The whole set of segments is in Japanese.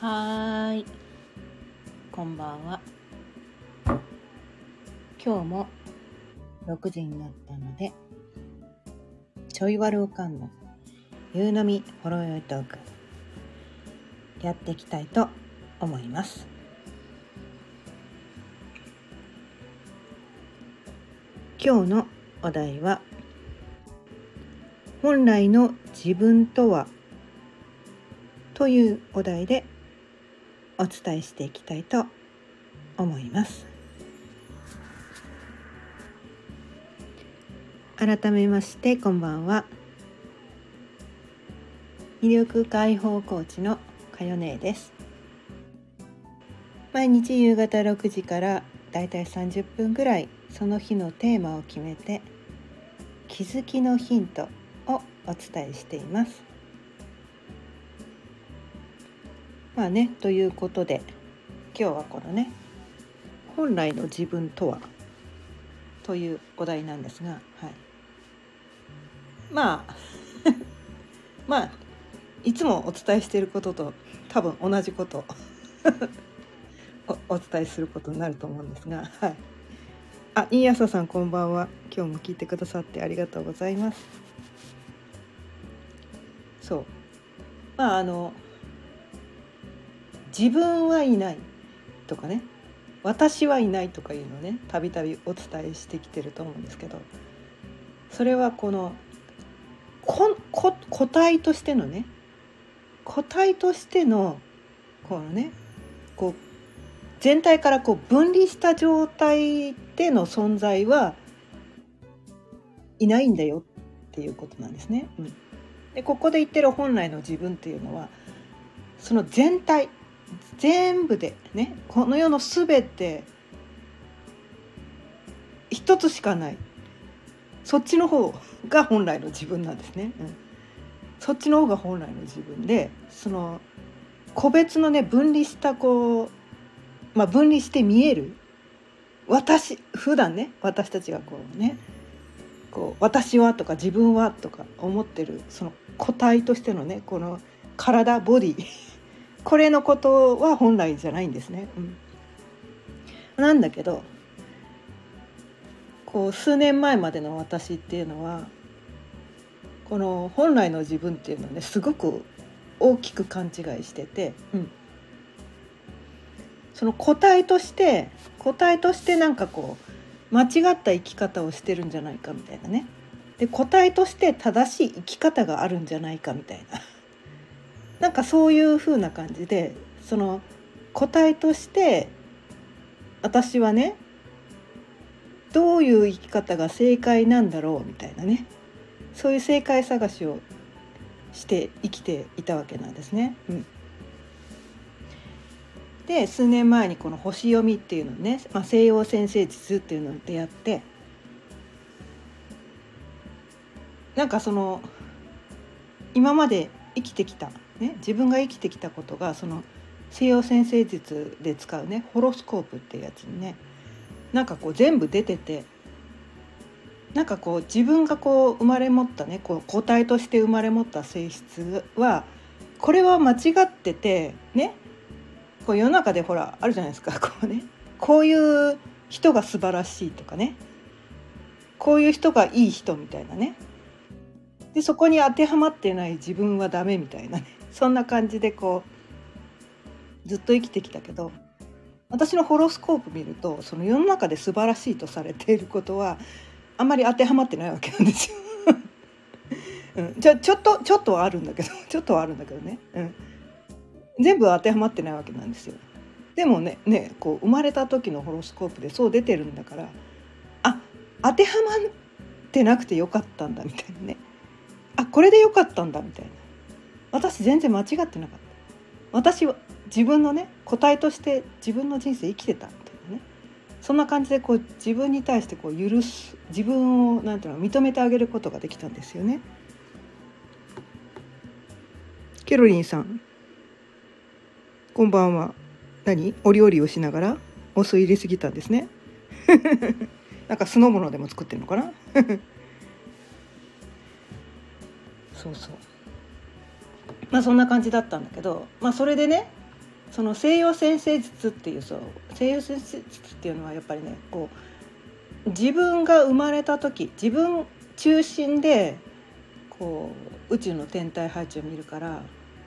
はーい、こんばんは。今日も6時になったので、ちょいわるおかんの夕飲みほろよいトークやっていきたいと思います。今日のお題は、本来の自分とはというお題でお伝えしていきたいと思います。改めましてこんばんは。魅力解放コーチのかよねです。毎日夕方6時からだいたい30分ぐらいその日のテーマを決めて気づきのヒントをお伝えしています。ということで今日はこのね、本来の自分とはというお題なんですが、いつもお伝えしていることと多分同じことをお伝えすることになると思うんですが、新朝さんこんばんは。今日も聞いてくださってありがとうございます。自分はいないとかね、私はいないとかいうのをね、たびたびお伝えしてきてると思うんですけど、それはこの個体としてのね、このね、こう全体からこう分離した状態での存在はいないんだよっていうことなんですね。でここで言ってる本来の自分っていうのは、その全体全部でね、この世のすべて一つしかない、そっちの方が本来の自分なんですね。そっちの方が本来の自分で、その個別のね、分離した分離して見える普段ね、私たちが私はとか自分はとか思ってるその個体としてのね、この体ボディこれのことは本来じゃないんですね。なんだけど、数年前までの私っていうのは、この本来の自分っていうのをね、すごく大きく勘違いしてて、その個体としてなんか間違った生き方をしてるんじゃないかみたいなね。で個体として正しい生き方があるんじゃないかみたいななんかそういう風な感じで、その個体として私はね、どういう生き方が正解なんだろうみたいなね、そういう正解探しをして生きていたわけなんですね。で数年前にこの星読みっていうのね、西洋占星術っていうのに出会って、なんかその今まで生きてきた、自分が生きてきたことが、その西洋占星術で使うね、ホロスコープっていうやつにね、なんか全部出てて、なんか自分が生まれ持ったね、個体として生まれ持った性質は、これは間違っててね、世の中でほらあるじゃないですか、こういう人が素晴らしいとかね、こういう人がいい人みたいなね、でそこに当てはまってない自分はダメみたいなね、そんな感じでずっと生きてきたけど、私のホロスコープ見ると、その世の中で素晴らしいとされていることはあんまり当てはまってないわけなんですよちょっとはあるんだけどね、全部当てはまってないわけなんですよ。でもね、生まれた時のホロスコープでそう出てるんだから、当てはまってなくてよかったんだみたいなね、これでよかったんだみたいな、私全然間違ってなかった、私は自分のね、個体として自分の人生生きてたみたいなね、そんな感じで自分に対して許す、自分を認めてあげることができたんですよね。ケロリンさんこんばんは。お料理をしながらお酢入れすぎたんですねなんか酢の物でも作ってるのかなそうそんな感じだったんだけど、それでね、 その西洋占星術っていう西洋占星術っていうのはやっぱりねこう自分が生まれた時自分中心でこう宇宙の天体配置を見るから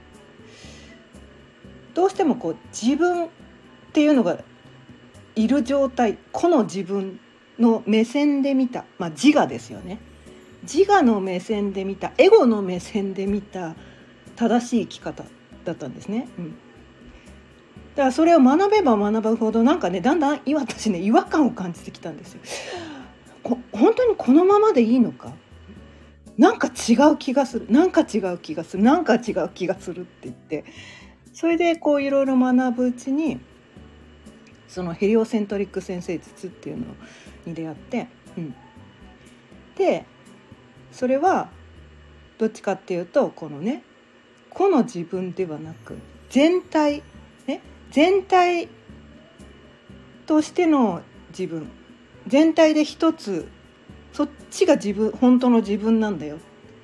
どうしてもこう自分っていうのがいる状態個の自分の目線で見た、自我ですよね。自我の目線で見たエゴの目線で見た正しい生き方だったんですね。だからそれを学べば学ぶほどなんかねだんだん私ね違和感を感じてきたんですよ。本当にこのままでいいのか、なんか違う気がするなんか違う気がするなんか違う気がするって言って、それでこういろいろ学ぶうちにそのヘリオセントリック占星術っていうのに出会って、でそれはどっちかっていうとこのね個の自分ではなく全体としての自分、全体で一つ、そっちが本当の自分なんだよ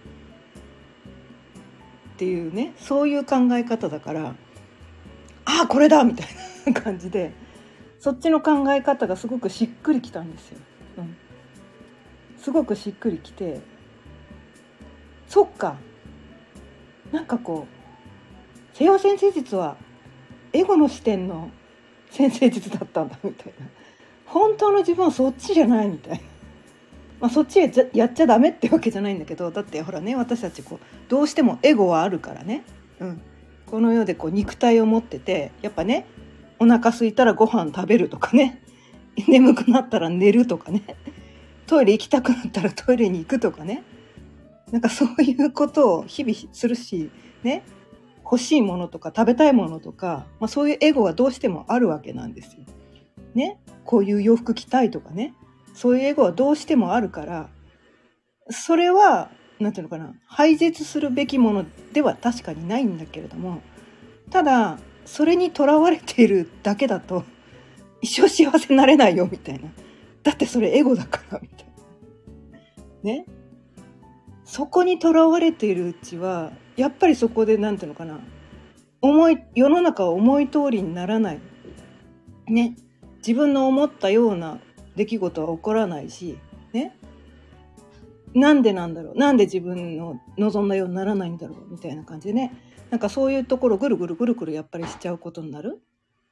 っていうね、そういう考え方だから、ああこれだみたいな感じで、そっちの考え方がすごくしっくりきたんですよ。すごくしっくりきて、そっか、なんかこう西洋占星術はエゴの視点の占星術だったんだみたいな、本当の自分はそっちじゃないみたいな、そっちやっちゃダメってわけじゃないんだけど、だってほらね私たちこうどうしてもエゴはあるからね、この世でこう肉体を持ってて、やっぱねお腹空いたらご飯食べるとかね、眠くなったら寝るとかね、トイレ行きたくなったらトイレに行くとかね、なんかそういうことを日々するしね、欲しいものとか食べたいものとか、そういうエゴはどうしてもあるわけなんですよ。ね、こういう洋服着たいとかね、そういうエゴはどうしてもあるから、それはなんていうのかな、廃絶するべきものでは確かにないんだけれども、ただそれにとらわれているだけだと一生幸せになれないよみたいな、だってそれエゴだからみたいなね、そこにとらわれているうちはやっぱりそこでなんていうのかな、世の中は思い通りにならないね、自分の思ったような出来事は起こらないしね、なんでなんだろう、なんで自分の望んだようにならないんだろうみたいな感じでね、なんかそういうところぐるぐるやっぱりしちゃうことになる。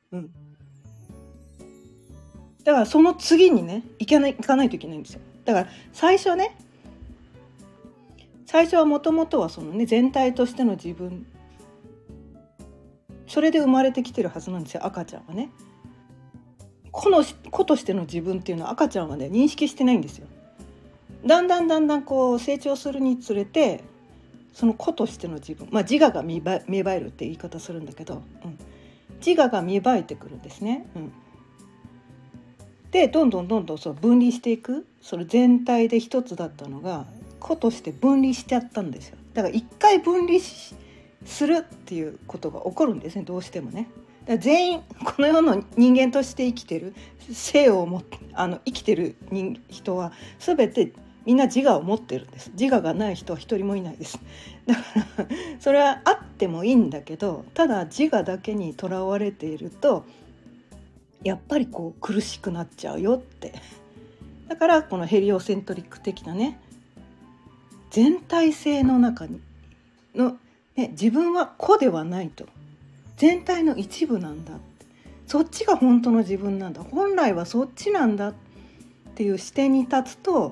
だからその次にね行かないといけないんですよ。だから最初はもともとはそのね全体としての自分、それで生まれてきてるはずなんですよ、赤ちゃんはね。子としての自分っていうのは赤ちゃんはね認識してないんですよ。だんだんこう成長するにつれて、その子としての自分、自我が芽生えるって言い方するんだけど、自我が芽生えてくるんですね。でどんどんそう分離していく、それ全体で一つだったのが子として分離しちゃったんですよ。だから一回分離するっていうことが起こるんですね、どうしてもね。だから全員この世の人間として生きてる生を持って生きてる人は全てみんな自我を持ってるんです。自我がない人は一人もいないです。だからそれはあってもいいんだけど、ただ自我だけにとらわれているとやっぱりこう苦しくなっちゃうよって。だからこのヘリオセントリック的なね、全体性の中に自分は個ではないと、全体の一部なんだ、そっちが本当の自分なんだ、本来はそっちなんだっていう視点に立つと、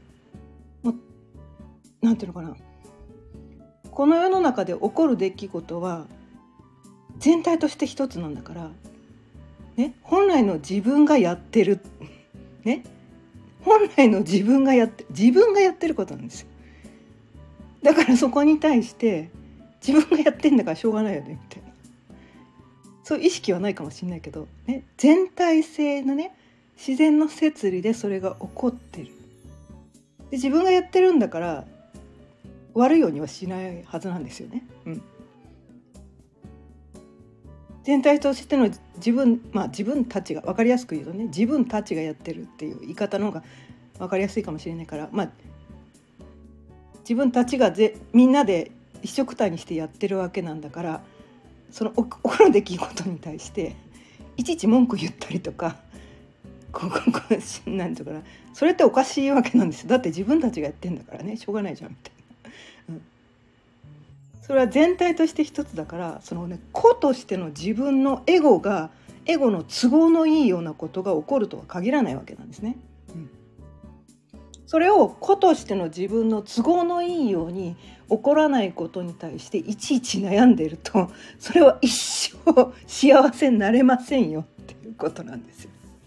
なんていうのかな、この世の中で起こる出来事は全体として一つなんだからね、本来の自分がやってるね、本来の自分がやってることなんですよ。だからそこに対して自分がやってんだからしょうがないよねみたいな、そういう意識はないかもしれないけど、全体性のね自然の摂理でそれが起こってる。で自分がやってるんだから悪いようにはしないはずなんですよね。全体としての自分たちが分かりやすく言うとね、自分たちがやってるっていう言い方の方が分かりやすいかもしれないから、自分たちがみんなで一緒くたにしてやってるわけなんだから、 その起こる出来事に対していちいち文句言ったりとかなんていうかな、それっておかしいわけなんですよ。だって自分たちがやってんだからね、しょうがないじゃんみたいな、それは全体として一つだから、そのね、個としての自分のエゴの都合のいいようなことが起こるとは限らないわけなんですね。それを個としての自分の都合のいいように起こらないことに対していちいち悩んでると、それは一生幸せになれませんよっていうことなんですよ。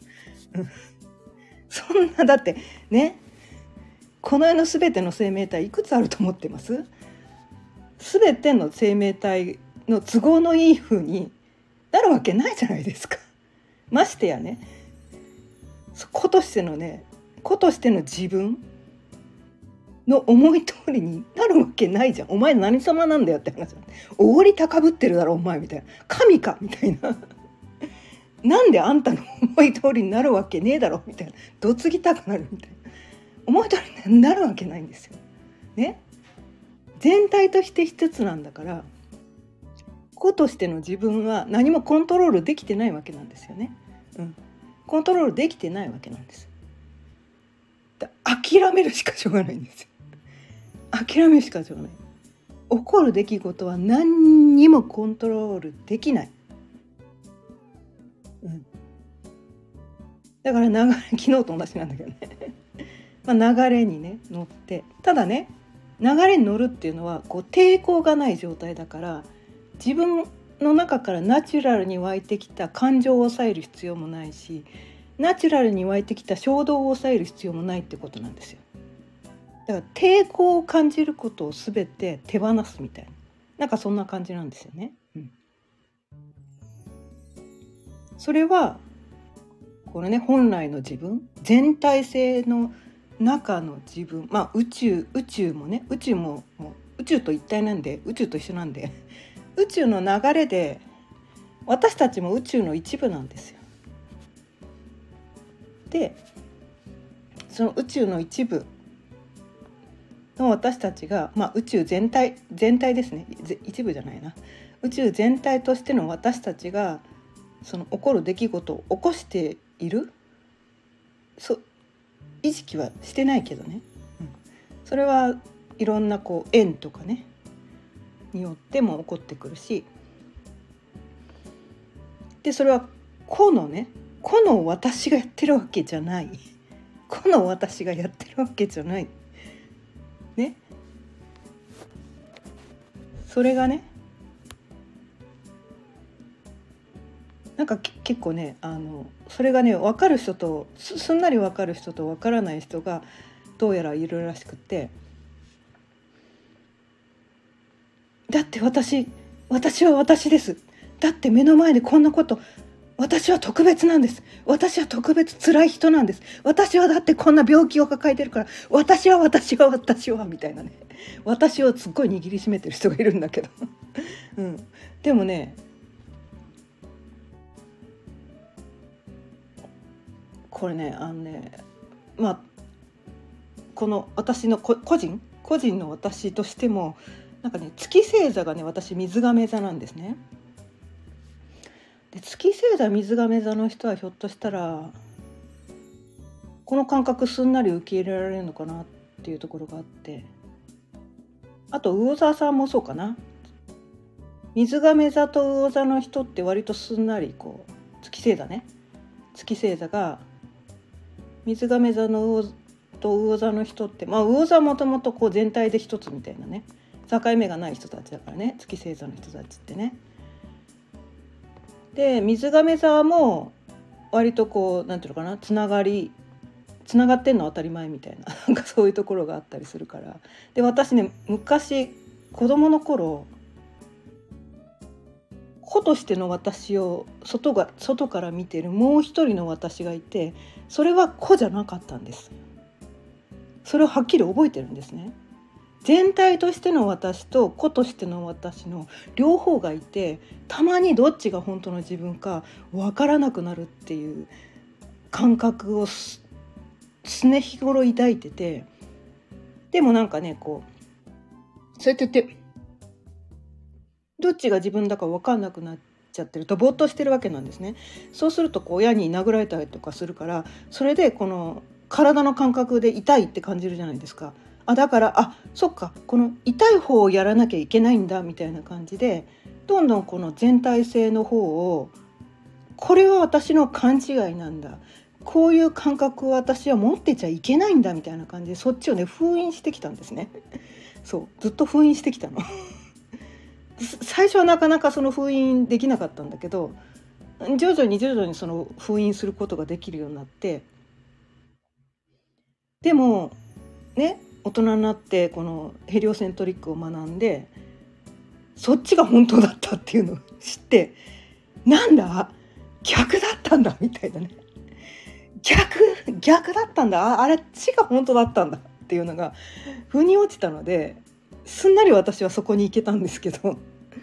そんな、だってね、この世のすべての生命体いくつあると思ってます？すべての生命体の都合のいい風になるわけないじゃないですか。ましてやね、個としての自分の思い通りになるわけないじゃん。お前何様なんだよって話なんで、おごり高ぶってるだろお前みたいな、神かみたいななんであんたの思い通りになるわけねえだろみたいな、どつぎたくなるみたいな、思い通りになるわけないんですよね。全体として一つなんだから、個としての自分は何もコントロールできてないわけなんですよね。コントロールできてないわけなんです。諦めるしかしょうがないんですよ。諦めるしかしょうがない。起こる出来事は何にもコントロールできない。だから昨日と同じなんだけどね流れにね乗って、ただね、流れに乗るっていうのはこう抵抗がない状態だから、自分の中からナチュラルに湧いてきた感情を抑える必要もないし、ナチュラルに湧いてきた衝動を抑える必要もないってことなんですよ。だから抵抗を感じることを全て手放すみたいな、なんかそんな感じなんですよね。それはこれね、本来の自分、全体性の中の自分、宇宙もね、宇宙も宇宙と一体なんで、宇宙と一緒なんで宇宙の流れで私たちも宇宙の一部なんですよ。で、その宇宙の一部の私たちが、宇宙全体ですね、一部じゃないな、宇宙全体としての私たちがその起こる出来事を起こしている、意識はしてないけどね、それはいろんな縁とかねによっても起こってくるし、でそれは個の私がやってるわけじゃない、個の私がやってるわけじゃないね。それがね、なんか結構ね、それがね、分かる人とすんなり分かる人と分からない人がどうやらいるらしくて、だって私は私です、だって目の前でこんなこと、私は特別なんです、私は特別辛い人なんです、私はだってこんな病気を抱えてるから、私はみたいなね、私をすっごい握りしめてる人がいるんだけどでもね、これね、この私の個人の私としても、なんかね、月星座がね、私水亀座なんですね。で、月星座水亀座の人はひょっとしたらこの感覚すんなり受け入れられるのかなっていうところがあって、あと魚座さんもそうかな。水亀座と魚座の人って割とすんなり月星座が水亀座のと魚座の人って、魚座はもともと全体で一つみたいなね、境目がない人たちだからね、月星座の人たちってね。で、水亀座も割となんていうのかな、つながってんのは当たり前みたいな、なんかそういうところがあったりするから。で、私ね、昔子供の頃、個としての私を外から見てるもう一人の私がいて、それは個じゃなかったんです。それをはっきり覚えてるんですね。全体としての私と個としての私の両方がいて、たまにどっちが本当の自分か分からなくなるっていう感覚を常日頃抱いてて、でもなんかね、そうやって言って、 どっちが自分だか分かんなくなっちゃってるとぼーっとしてるわけなんですね。そうすると親に殴られたりとかするから、それでこの体の感覚で痛いって感じるじゃないですか。だからそっか、この痛い方をやらなきゃいけないんだみたいな感じで、どんどんこの全体性の方を、これは私の勘違いなんだ、こういう感覚を私は持ってちゃいけないんだみたいな感じで、そっちをね封印してきたんですね。そうずっと封印してきたの。最初はなかなかその封印できなかったんだけど、徐々にその封印することができるようになって、でもね、大人になってこのヘリオセントリックを学んで、そっちが本当だったっていうのを知って、なんだ逆だったんだみたいなね、逆だったんだ、あれっちが本当だったんだっていうのが腑に落ちたので、すんなり私はそこに行けたんですけど、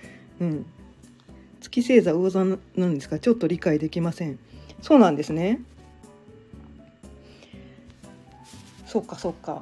月星座魚座なんですか、ちょっと理解できません。そうなんですね。そっか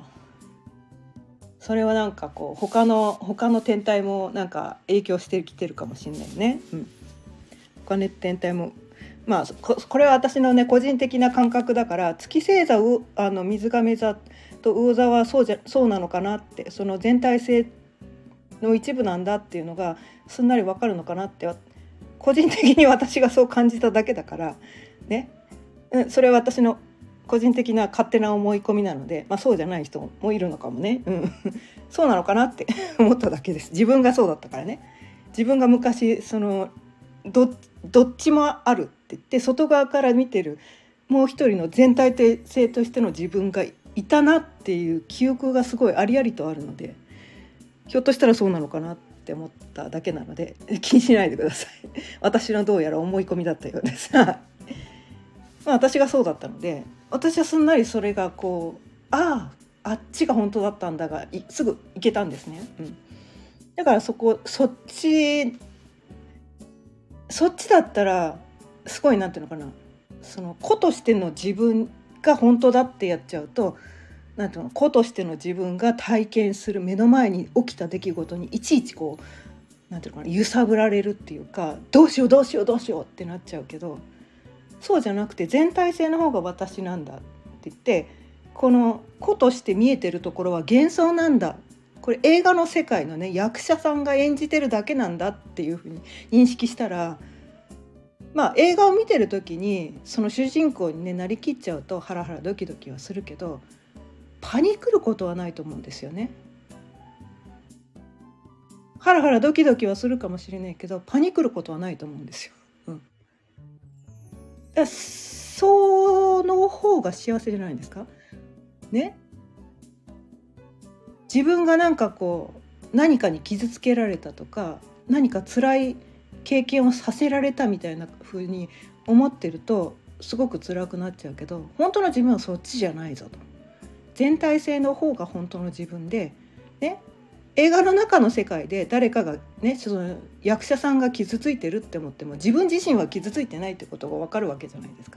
それはなんかこう他の天体もなんか影響してきてるかもしれないね。他の天体もこれは私のね個人的な感覚だから、月星座水亀座と魚座はそうなのかなって、その全体性の一部なんだっていうのがすんなり分かるのかなって、個人的に私がそう感じただけだからね、それは私の個人的な勝手な思い込みなので、そうじゃない人もいるのかもね、そうなのかなって思っただけです。自分がそうだったからね。自分が昔そのどっちもあるって言って、外側から見てるもう一人の全体性としての自分がいたなっていう記憶がすごいありありとあるので、ひょっとしたらそうなのかなって思っただけなので気にしないでください。私のどうやら思い込みだったようです。私がそうだったので、私はすんなりそれがこうあっちが本当だったんだがすぐ行けたんですね。だからそっちだったらすごいなんていうのかな、その個としての自分が本当だってやっちゃうと、なんていうの、個としての自分が体験する目の前に起きた出来事にいちいちこうなんていうのかな、揺さぶられるっていうか、どうしようってなっちゃうけど、そうじゃなくて全体性の方が私なんだって言って、この個として見えてるところは幻想なんだ、これ映画の世界のね役者さんが演じてるだけなんだっていうふうに認識したら、映画を見てる時にその主人公にねなりきっちゃうとハラハラドキドキはするけど、パニクることはないと思うんですよね。ハラハラドキドキはするかもしれないけど、パニクることはないと思うんですよ。その方が幸せじゃないですかね。自分がなんかこう何かに傷つけられたとか、何か辛い経験をさせられたみたいな風に思ってるとすごく辛くなっちゃうけど、本当の自分はそっちじゃないぞと。全体性の方が本当の自分でね。映画の中の世界で誰かがね、その役者さんが傷ついてるって思っても、自分自身は傷ついてないってことが分かるわけじゃないですか。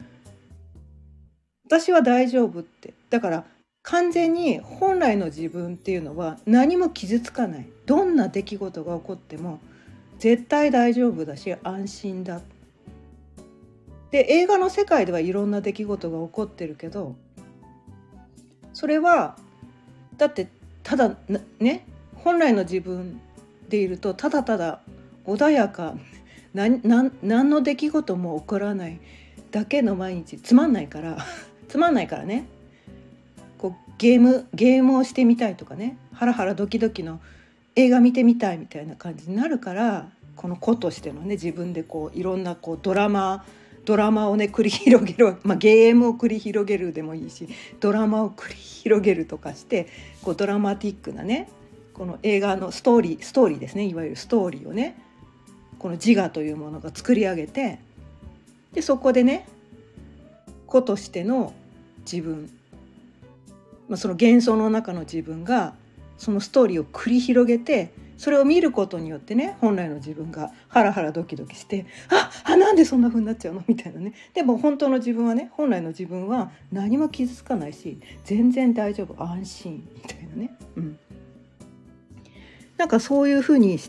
私は大丈夫って。だから完全に本来の自分っていうのは何も傷つかない。どんな出来事が起こっても絶対大丈夫だし安心だ。で、映画の世界ではいろんな出来事が起こってるけど、それはだってただね、本来の自分でいるとただただ穏やか、何の出来事も起こらないだけの毎日、つまんないからね、こうゲームをしてみたいとかね、ハラハラドキドキの映画見てみたいみたいな感じになるから、この子としてのね自分でこういろんなこうドラマをね繰り広げる、ゲームを繰り広げるでもいいし、ドラマを繰り広げるとかして、こうドラマティックなね、この映画のストーリーですね、いわゆるストーリーをね、この自我というものが作り上げて、でそこでね子としての自分、その幻想の中の自分がそのストーリーを繰り広げて、それを見ることによってね、本来の自分がハラハラドキドキして、なんでそんな風になっちゃうのみたいなね。でも本当の自分はね、本来の自分は何も傷つかないし全然大丈夫、安心みたいなね。なんかそういう風にして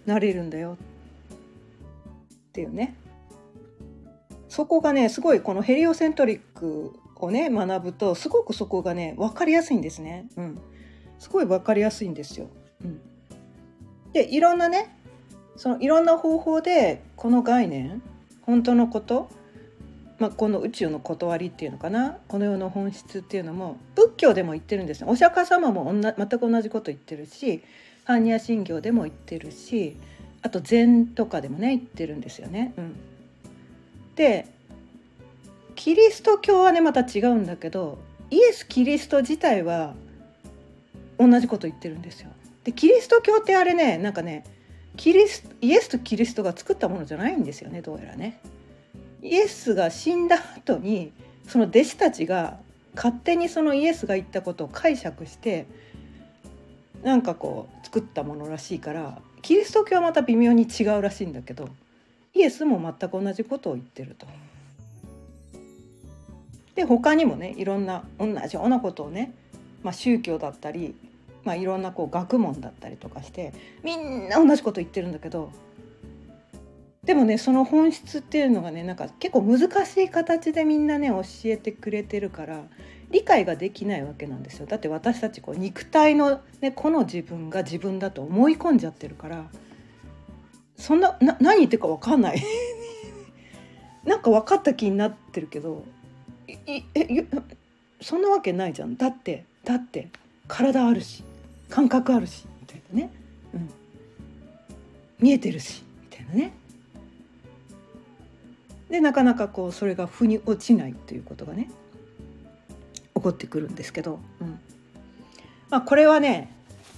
なれるんだよっていうね。そこがねすごいこのヘリオセントリックをね学ぶとすごくそこがね分かりやすいんですね。すごい分かりやすいんですよ。でいろんなねいろんな方法でこの概念本当のこと、この宇宙の断りっていうのかな、この世の本質っていうのも仏教でも言ってるんですね。お釈迦様も全く同じこと言ってるし、般若心経でも言ってるし、あと禅とかでもね言ってるんですよね。でキリスト教はねまた違うんだけど、イエス・キリスト自体は同じこと言ってるんですよ。でキリスト教ってあれねなんかねイエスとキリストが作ったものじゃないんですよね、どうやらね。イエスが死んだ後にその弟子たちが勝手にそのイエスが言ったことを解釈してなんかこう作ったものらしいから、キリスト教はまた微妙に違うらしいんだけど、イエスも全く同じことを言ってると。で他にもねいろんな同じようなことをね、宗教だったり、いろんなこう学問だったりとかしてみんな同じこと言ってるんだけど、でもねその本質っていうのがねなんか結構難しい形でみんなね教えてくれてるから理解ができないわけなんですよ。だって私たちこう肉体の、この自分が自分だと思い込んじゃってるから、そんな何言ってるか分かんないなんか分かった気になってるけどそんなわけないじゃん。だって体あるし感覚あるしみたいなね、見えてるしみたいなね。でなかなかこうそれが腑に落ちないということがね起こってくるんですけど、これはね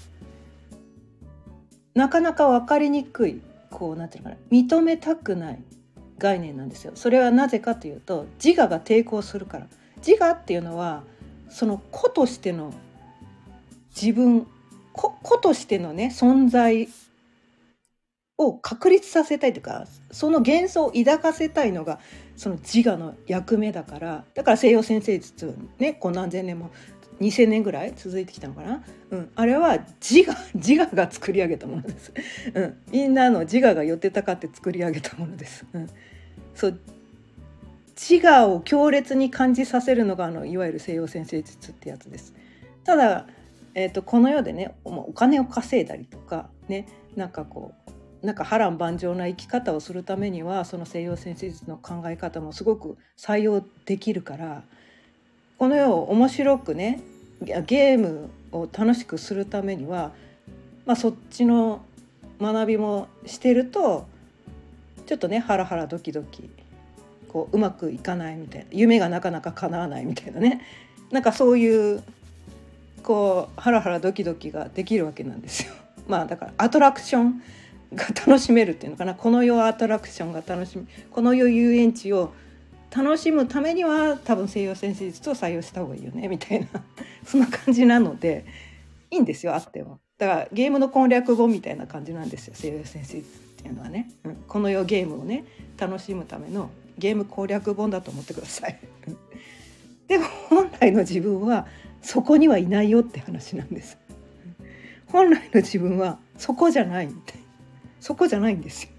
なかなか分かりにくい、こうなんていうのかな、認めたくない概念なんですよ。それはなぜかというと自我が抵抗するから。自我っていうのはその個としての自分、個としてのね存在を確立させたいというか、その幻想を抱かせたいのがその自我の役目だから、だから西洋占星術ねこう何千年も2000年ぐらい続いてきたのかな、あれは自我が作り上げたものです、みんなの自我が寄ってたかって作り上げたものです、そう自我を強烈に感じさせるのがいわゆる西洋占星術ってやつです。ただ、この世でねお金を稼いだりとかね、なんか波乱万丈な生き方をするためにはその西洋占星術の考え方もすごく採用できるから、この世を面白くねゲームを楽しくするためには、そっちの学びもしてるとちょっとねハラハラドキドキこううまくいかないみたいな、夢がなかなか叶わないみたいなね、なんかそういうこうハラハラドキドキができるわけなんですよ。だからアトラクションが楽しめるっていうのかな、この世アトラクションが楽しみ、この世遊園地を楽しむためには多分西洋占星術を採用した方がいいよねみたいなそんな感じなのでいいんですよ、あっては。だからゲームの攻略本みたいな感じなんですよ、西洋占星術っていうのはね、この世ゲームをね楽しむためのゲーム攻略本だと思ってくださいでも本来の自分はそこにはいないよって話なんです。本来の自分はそこじゃないみたいな、そこじゃないんですよ、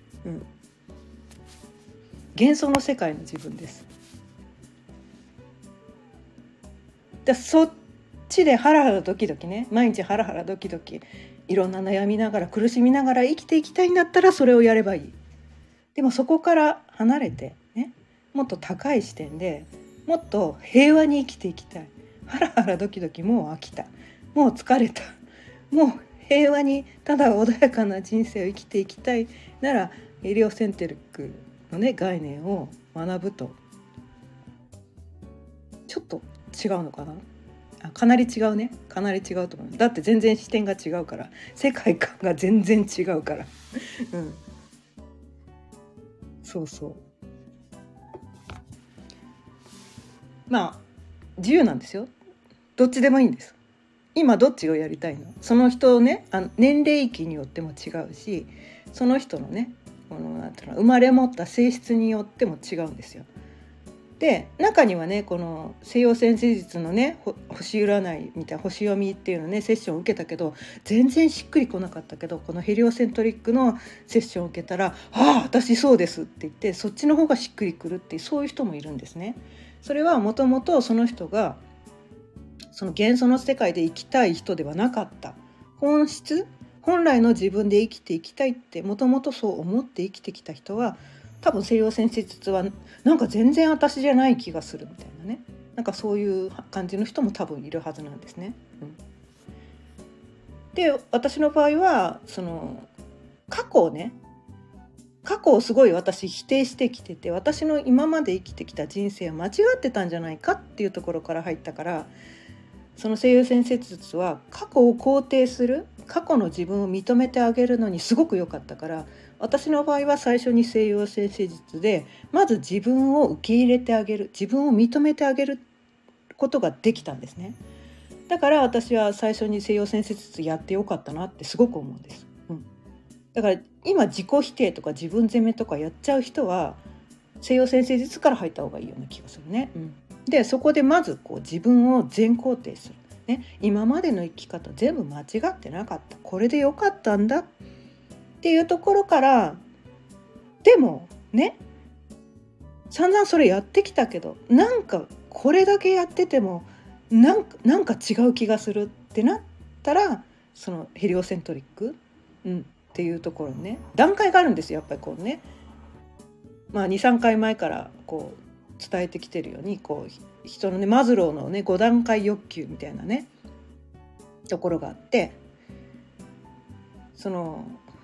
幻想の世界の自分です。でそっちでハラハラドキドキね、毎日ハラハラドキドキいろんな悩みながら苦しみながら生きていきたいんだったらそれをやればいい。でもそこから離れてね、もっと高い視点でもっと平和に生きていきたい。ハラハラドキドキもう飽きた、もう疲れた、もう平和にただ穏やかな人生を生きていきたいならヘリオセントリックのね概念を学ぶとちょっと違うのかな。かなり違うね、かなり違うと思う。だって全然視点が違うから、世界観が全然違うからそうそう、自由なんですよ。どっちでもいいんです。今どっちをやりたいの、その人をね年齢域によっても違うし、その人のねなんていうの生まれ持った性質によっても違うんですよ。 で中にはねこの西洋占星術のね星占いみたいな星読みっていうのねセッションを受けたけど全然しっくりこなかったけど、このヘリオセントリックのセッションを受けたら私そうですって言ってそっちの方がしっくりくるっていうそういう人もいるんですね。それはもともとその人がその元素の世界で生きたい人ではなかった、本来の自分で生きていきたいってもともとそう思って生きてきた人は多分西洋占星術はなんか全然私じゃない気がするみたいなね、なんかそういう感じの人も多分いるはずなんですね。で私の場合はその過去をすごい私否定してきてて、私の今まで生きてきた人生は間違ってたんじゃないかっていうところから入ったから、その西洋占星術は過去を肯定する、過去の自分を認めてあげるのにすごく良かったから、私の場合は最初に西洋占星術でまず自分を受け入れてあげる、自分を認めてあげることができたんですね。だから私は最初に西洋占星術やってよかったなってすごく思うんです。だから今自己否定とか自分責めとかやっちゃう人は西洋占星術から入った方がいいような気がするね。でそこでまず自分を全肯定する、ね、今までの生き方全部間違ってなかった、これでよかったんだっていうところから、でもね散々それやってきたけどなんかこれだけやっててもなんか違う気がするってなったら、そのヘリオセントリック、っていうところにね段階があるんですよ。やっぱり2、3回前から伝えてきてるように人のねマズローのね5段階欲求みたいなねところがあって、その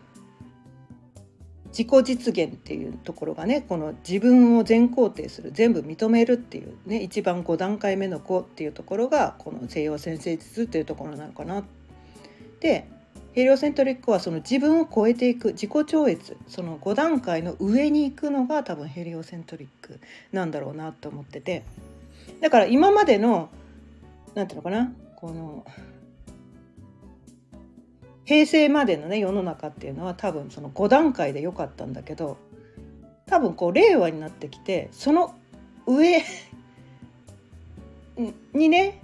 自己実現っていうところがねこの自分を全肯定する、全部認めるっていうね一番5段階目の5っていうところがこの西洋占星術っていうところなのかな。でヘリオセントリックはその自分を超えていく自己超越、その5段階の上に行くのが多分ヘリオセントリックなんだろうなと思ってて、だから今までのなんていうのかな、この平成までのね世の中っていうのは多分その5段階で良かったんだけど、多分令和になってきてその上にね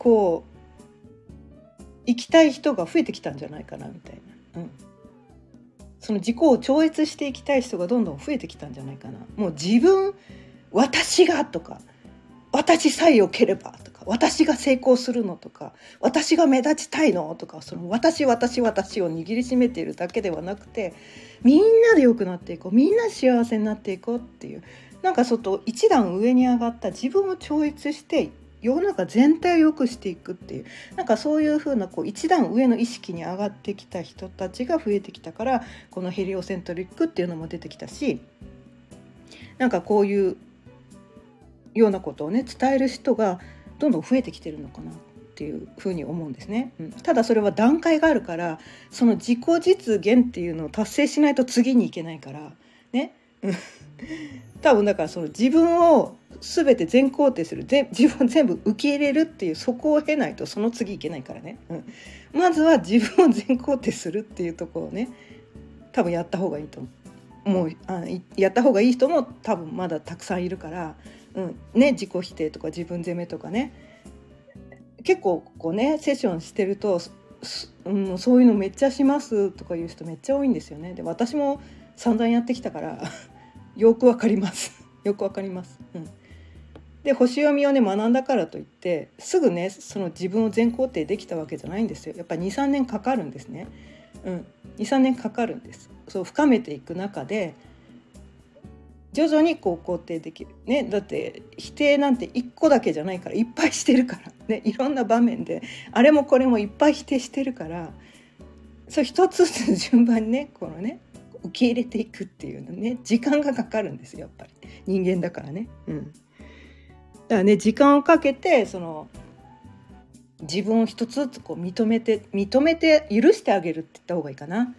生きたい人が増えてきたんじゃないかなみたいな、その自己を超越していきたい人がどんどん増えてきたんじゃないかな。もう私がとか私さえ良ければとか私が成功するのとか私が目立ちたいのとか、その私を握りしめているだけではなくて、みんなで良くなっていこう、みんな幸せになっていこうっていう、なんか一段上に上がった自分を超越して世の中全体を良くしていくっていう、なんかそういう風な一段上の意識に上がってきた人たちが増えてきたから、このヘリオセントリックっていうのも出てきたし、なんかこういうようなことをね伝える人がどんどん増えてきてるのかなっていうふうに思うんですね。ただそれは段階があるから、その自己実現っていうのを達成しないと次に行けないからね。多分だからその自分を全て全肯定する、自分を全部受け入れるっていうそこを経ないとその次いけないからね、まずは自分を全肯定するっていうところをね多分やった方がいいと思う。やった方がいい人も多分まだたくさんいるから、自己否定とか自分責めとかね、結構セッションしてるとそういうのめっちゃしますとかいう人めっちゃ多いんですよね。で私も散々やってきたからよくわかりますよくわかります。で星読みをね学んだからといってすぐねその自分を全肯定できたわけじゃないんですよ。やっぱり 2,3 年かかるんですね。2,3 年かかるんです。そう深めていく中で徐々に肯定できるね。だって否定なんて1個だけじゃないからいっぱいしてるからね、いろんな場面であれもこれもいっぱい否定してるから、そう一つずつ順番にね受け入れていくっていうのね時間がかかるんですよ。やっぱり人間だからね。だからね時間をかけてその自分を一つずつ認めて許してあげるって言った方がいいかな。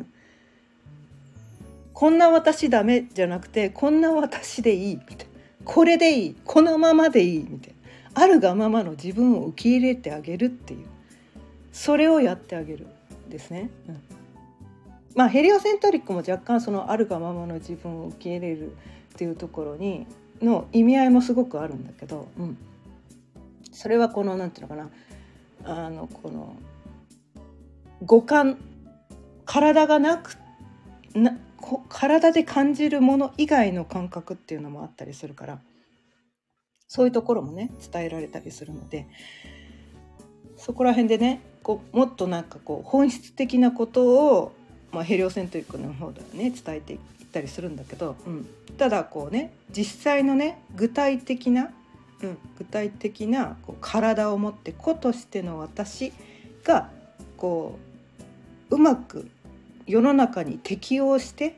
こんな私ダメじゃなくてこんな私でいいみたいな、これでいい、このままでいいみたいな、あるがままの自分を受け入れてあげるっていう、それをやってあげるんですね。ヘリオセントリックも若干そのあるがままの自分を受け入れるっていうところにの意味合いもすごくあるんだけど、それはこのなんていうのかな、この五感、体が体で感じるもの以外の感覚っていうのもあったりするから、そういうところもね伝えられたりするので、そこら辺でねもっとなんか本質的なことを、ヘリオセントリックの方ではね伝えていったりするんだけど、ただ実際のね具体的な体を持って子としての私がうまく世の中に適応して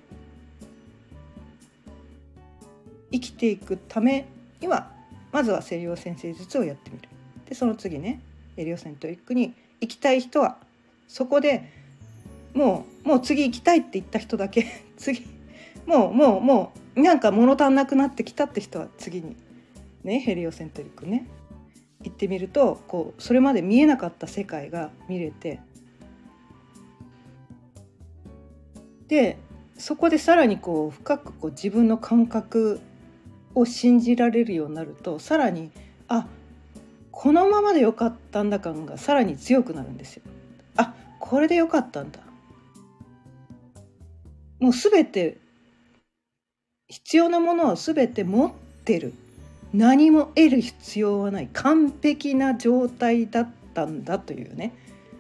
生きていくためには、まずは西洋占星術をやってみる。でその次ね、ヘリオセントリックに行きたい人はそこでもう次行きたいって言った人だけ次もうなんか物足んなくなってきたって人は次にねヘリオセントリックね行ってみると、それまで見えなかった世界が見れて、でそこでさらに深く自分の感覚を信じられるようになると、さらにこのままでよかったんだ感がさらに強くなるんですよ。これでよかったんだ、もうすべて必要なものはすべて持ってる、何も得る必要はない、完璧な状態だったんだというね、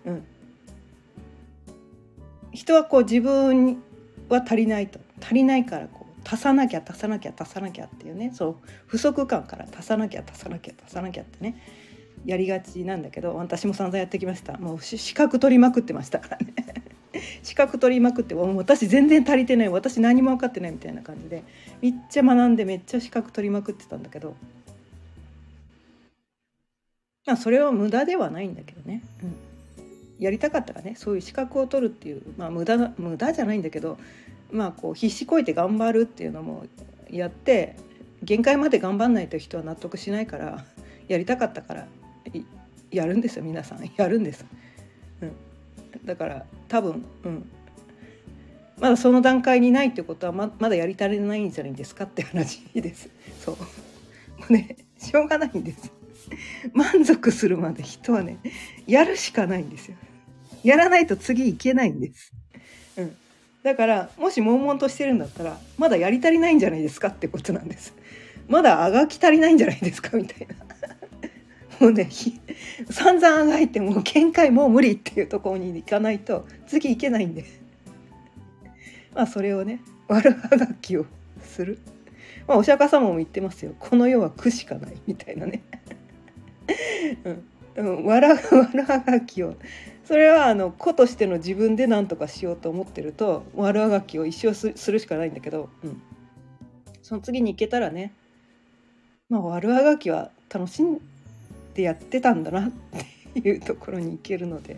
人は自分は足りないから足さなきゃっていうね、そう不足感から足さなきゃってねやりがちなんだけど、私も散々やってきました。もう資格取りまくってましたからね資格取りまくって、もう私全然足りてない、私何も分かってないみたいな感じでめっちゃ学んでめっちゃ資格取りまくってたんだけど、それは無駄ではないんだけどね、やりたかったらねそういう資格を取るっていう、無駄じゃないんだけど、必死こいて頑張るっていうのもやって、限界まで頑張んないと人は納得しないから、やりたかったからやるんですよ。皆さんやるんです、だから多分、まだその段階にないってことは まだやり足りないんじゃないですかって話です。そうもうね、しょうがないんです満足するまで人はねやるしかないんですよ。やらないと次いけないんです、だからもし悶々としてるんだったらまだやり足りないんじゃないですかってことなんです。まだあがき足りないんじゃないですかみたいなもうね散々あがいてもう限界もう無理っていうところに行かないと次いけないんでそれをね悪あがきをする、お釈迦様も言ってますよ。この世は苦しかないみたいなね悪あがきを、それは子としての自分で何とかしようと思ってると悪あがきを一生するしかないんだけど、その次に行けたらね、悪あがきは楽しんでやってたんだなっていうところに行けるので、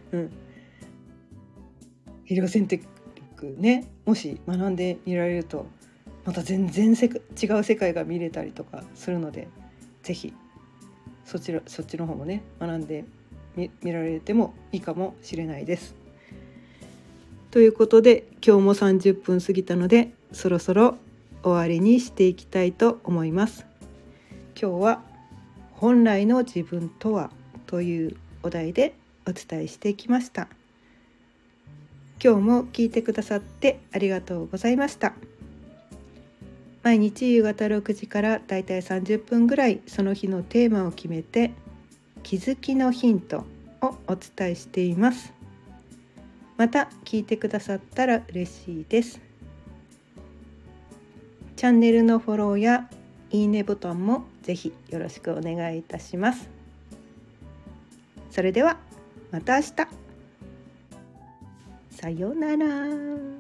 ヘリオセントリックねもし学んでみられるとまた全然違う世界が見れたりとかするので、ぜひそっちの方もね学んで見られてもいいかもしれないです。ということで今日も30分過ぎたのでそろそろ終わりにしていきたいと思います。今日は本来の自分とはというお題でお伝えしてきました。今日も聞いてくださってありがとうございました。毎日夕方6時からだいたい30分ぐらいその日のテーマを決めて気づきのヒントをお伝えしています。また聞いてくださったら嬉しいです。チャンネルのフォローやいいねボタンもぜひよろしくお願いいたします。それではまた明日。さようなら。